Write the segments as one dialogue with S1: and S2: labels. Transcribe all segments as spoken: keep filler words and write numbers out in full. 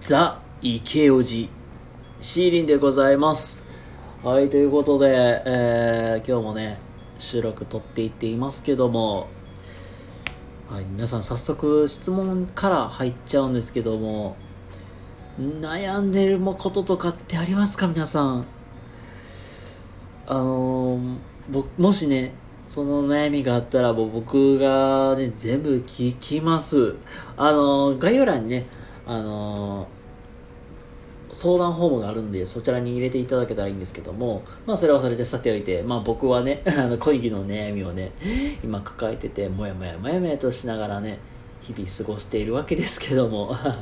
S1: ザ・イケオジシーリンでございます。はい、ということで、えー、今日もね収録撮っていっていますけども、はい、皆さん早速質問から入っちゃうんですけども、悩んでることとかってありますか？皆さん、あのー、僕もしねその悩みがあったらもう僕がね全部聞きます。あのー、概要欄にねあのー相談フォームがあるんでそちらに入れていただけたらいいんですけども、まあそれはそれでさておいて、まあ僕はねあの恋の悩みをね今抱えててもやもやもやもやとしながらね日々過ごしているわけですけどもはい、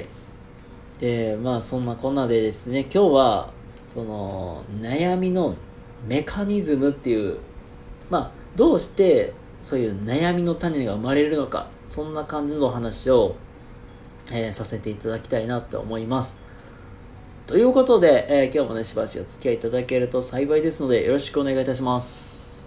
S1: えー、まあそんなこんなでですね、今日はその悩みのメカニズムっていう、まあどうしてそういう悩みの種が生まれるのか、そんな感じのお話をえー、させていただきたいなと思います。ということで、えー、今日もねしばしお付き合いいただけると幸いですのでよろしくお願いいたします。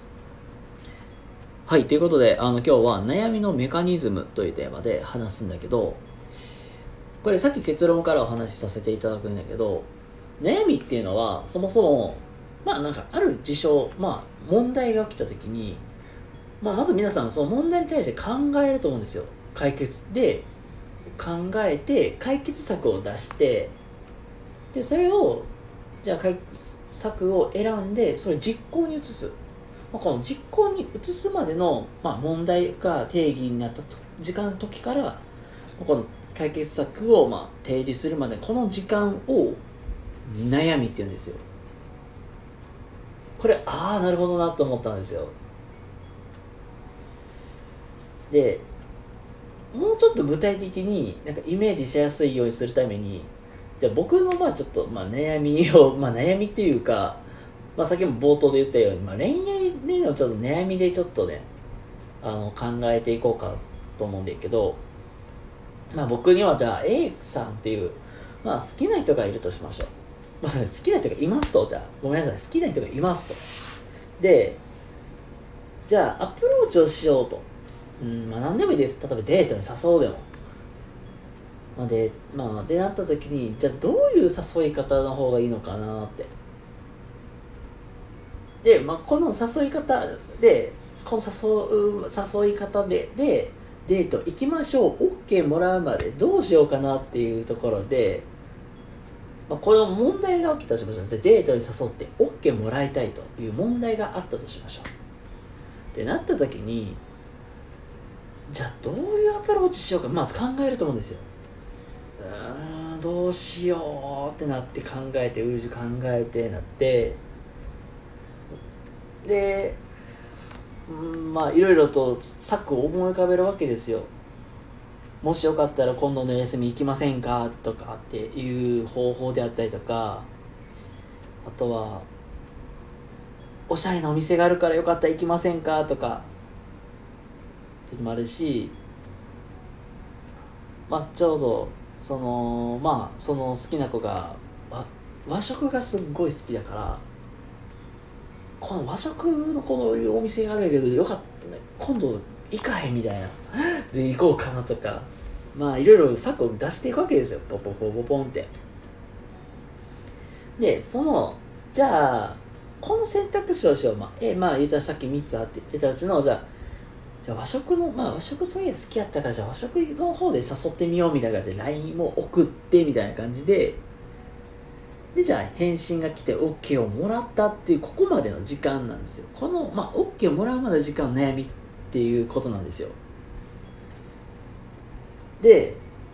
S1: はい、ということであの今日は悩みのメカニズムというテーマで話すんだけど、これさっき結論からお話しさせていただくんだけど、悩みっていうのはそもそもまあなんかある事象、まあ問題が起きた時に、まあ、まず皆さんその問題に対して考えると思うんですよ。解決で考えて解決策を出して、でそれをじゃあ解決策を選んでそれを実行に移す、まあ、この実行に移すまでの、まあ、問題が定義になった時間の時からこの解決策をまあ提示するまでこの時間を悩みって言うんですよ。これああなるほどなと思ったんですよ。でもうちょっと具体的になんかイメージしやすいようにするために、じゃあ僕のまあちょっとまあ悩みを、まあ悩みっていうか、まあさっきも冒頭で言ったように、まあ恋愛でのちょっと悩みでちょっとね、あの考えていこうかと思うんだけど、まあ僕にはじゃあ A さんっていう、まあ好きな人がいるとしましょう。まあ好きな人がいますと、じゃあごめんなさい、好きな人がいますと。で、じゃあアプローチをしようと。うん、まあ何でもいいです。例えばデートに誘うでも。まあ、で、まあ、でなった時に、じゃあどういう誘い方の方がいいのかなって。で、まあ、この誘い方で、この誘う、誘い方で、で、デート行きましょう、OK もらうまでどうしようかなっていうところで、まあ、この問題が起きたとしましょう。で、デートに誘って OK もらいたいという問題があったとしましょう。ってなった時に、じゃあどういうアプローチしようか、まず考えると思うんですよ。うーんどうしようってなって考えてうじ考えてなって、で、うん、まあいろいろと策を思い浮かべるわけですよ。もしよかったら今度の休み行きませんかとかっていう方法であったりとか、あとはおしゃれなお店があるからよかったら行きませんかとかっていうのもあるし、まあちょうどそのまあその好きな子が和食がすっごい好きだから、この和食のこのいうお店があるんやけどよかったね、今度行かへんみたいなで行こうかなとか、まあいろいろ策を出していくわけですよ。ポポポポポンって。でそのじゃあこの選択肢をしよう、まあ、えまあ言ったらさっきみっつあって言ってたうちのじゃあじゃあ和食のまあ和食そういう好きやったからじゃあ和食の方で誘ってみようみたいな感じで ライン も送ってみたいな感じで、でじゃあ返信が来て OK をもらったっていうここまでの時間なんですよ。この、まあ、OK をもらうまでの時間の悩みっていうことなんですよ。で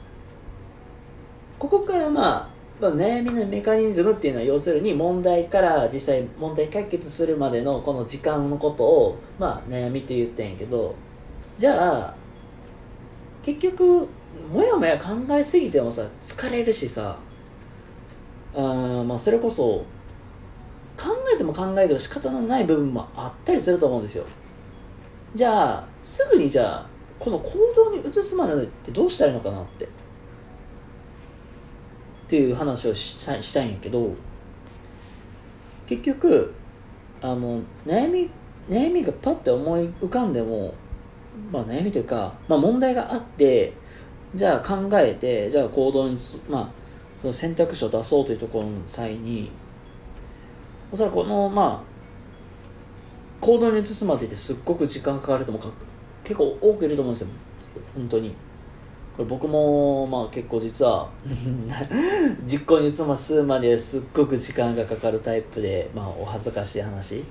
S1: ここからまあ、まあ、悩みのメカニズムっていうのは要するに問題から実際問題解決するまでのこの時間のことをまあ悩みって言ってんやけど、じゃあ結局もやもや考えすぎてもさ疲れるしさ、あまあそれこそ考えても考えても仕方のない部分もあったりすると思うんですよ。じゃあすぐにじゃあこの行動に移すまでってどうしたらいいのかなってっていう話をしたしたいんやけど、結局あの悩み悩みがパッて思い浮かんでも、まあ悩みというか、まあ、問題があってじゃあ考えて、じゃあ行動につ、まあ、その選択肢を出そうというところの際に、おそらくこの、まあ、行動に移すまでですっごく時間かかるともか結構多くいると思うんですよ。本当に。これ僕も、まあ結構実は実行に移すまですっごく時間がかかるタイプで、まあお恥ずかしい話。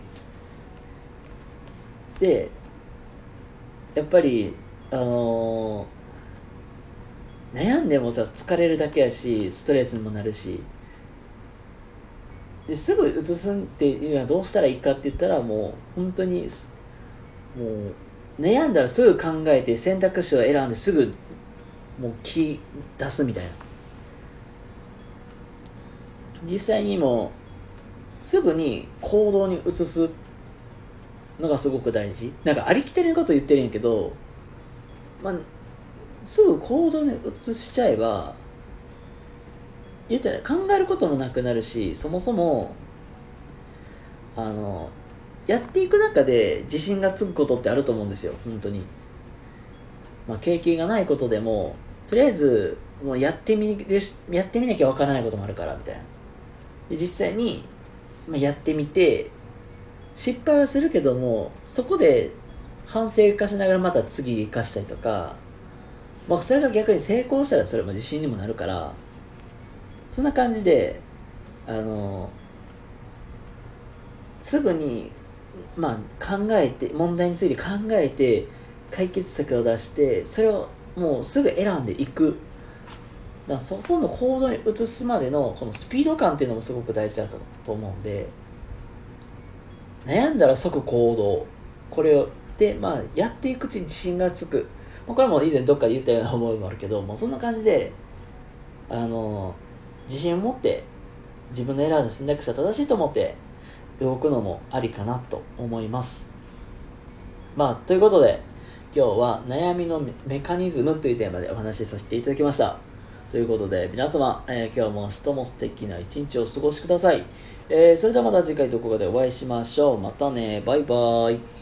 S1: で、やっぱり、あのー悩んでもさ、疲れるだけやし、ストレスにもなるし、ですぐ移すっていうのはどうしたらいいかって言ったら、もう本当にもう悩んだらすぐ考えて選択肢を選んですぐもう切り出すみたいな。実際にもうすぐに行動に移すのがすごく大事。なんかありきたりなこと言ってるんやけど、まあ、すぐ行動に移しちゃえば言ったら考えることもなくなるし、そもそもあのやっていく中で自信がつくことってあると思うんですよ、本当に。まあ、経験がないことでもとりあえずもうやってみるやってみなきゃわからないこともあるからみたいな。で実際に、まあ、やってみて失敗はするけども、そこで反省化しながらまた次生かしたりとか、まあ、それが逆に成功したらそれも自信にもなるから、そんな感じであのすぐに、まあ、考えて問題について考えて解決策を出してそれをもうすぐ選んでいく。だからそこの行動に移すまでのこのスピード感っていうのもすごく大事だと思うんで、悩んだら即行動、これをで、まあ、やっていくうちに自信がつく。これも以前どっかで言ったような思いもあるけども、そんな感じであの自信を持って自分の選んだ選択肢は正しいと思って動くのもありかなと思います。まあということで今日は悩みのメカニズムというテーマでお話しさせていただきました。ということで皆様、えー、今日も明日も素敵な一日をお過ごしください。えー、それではまた次回どこかでお会いしましょう。またね、バイバイ。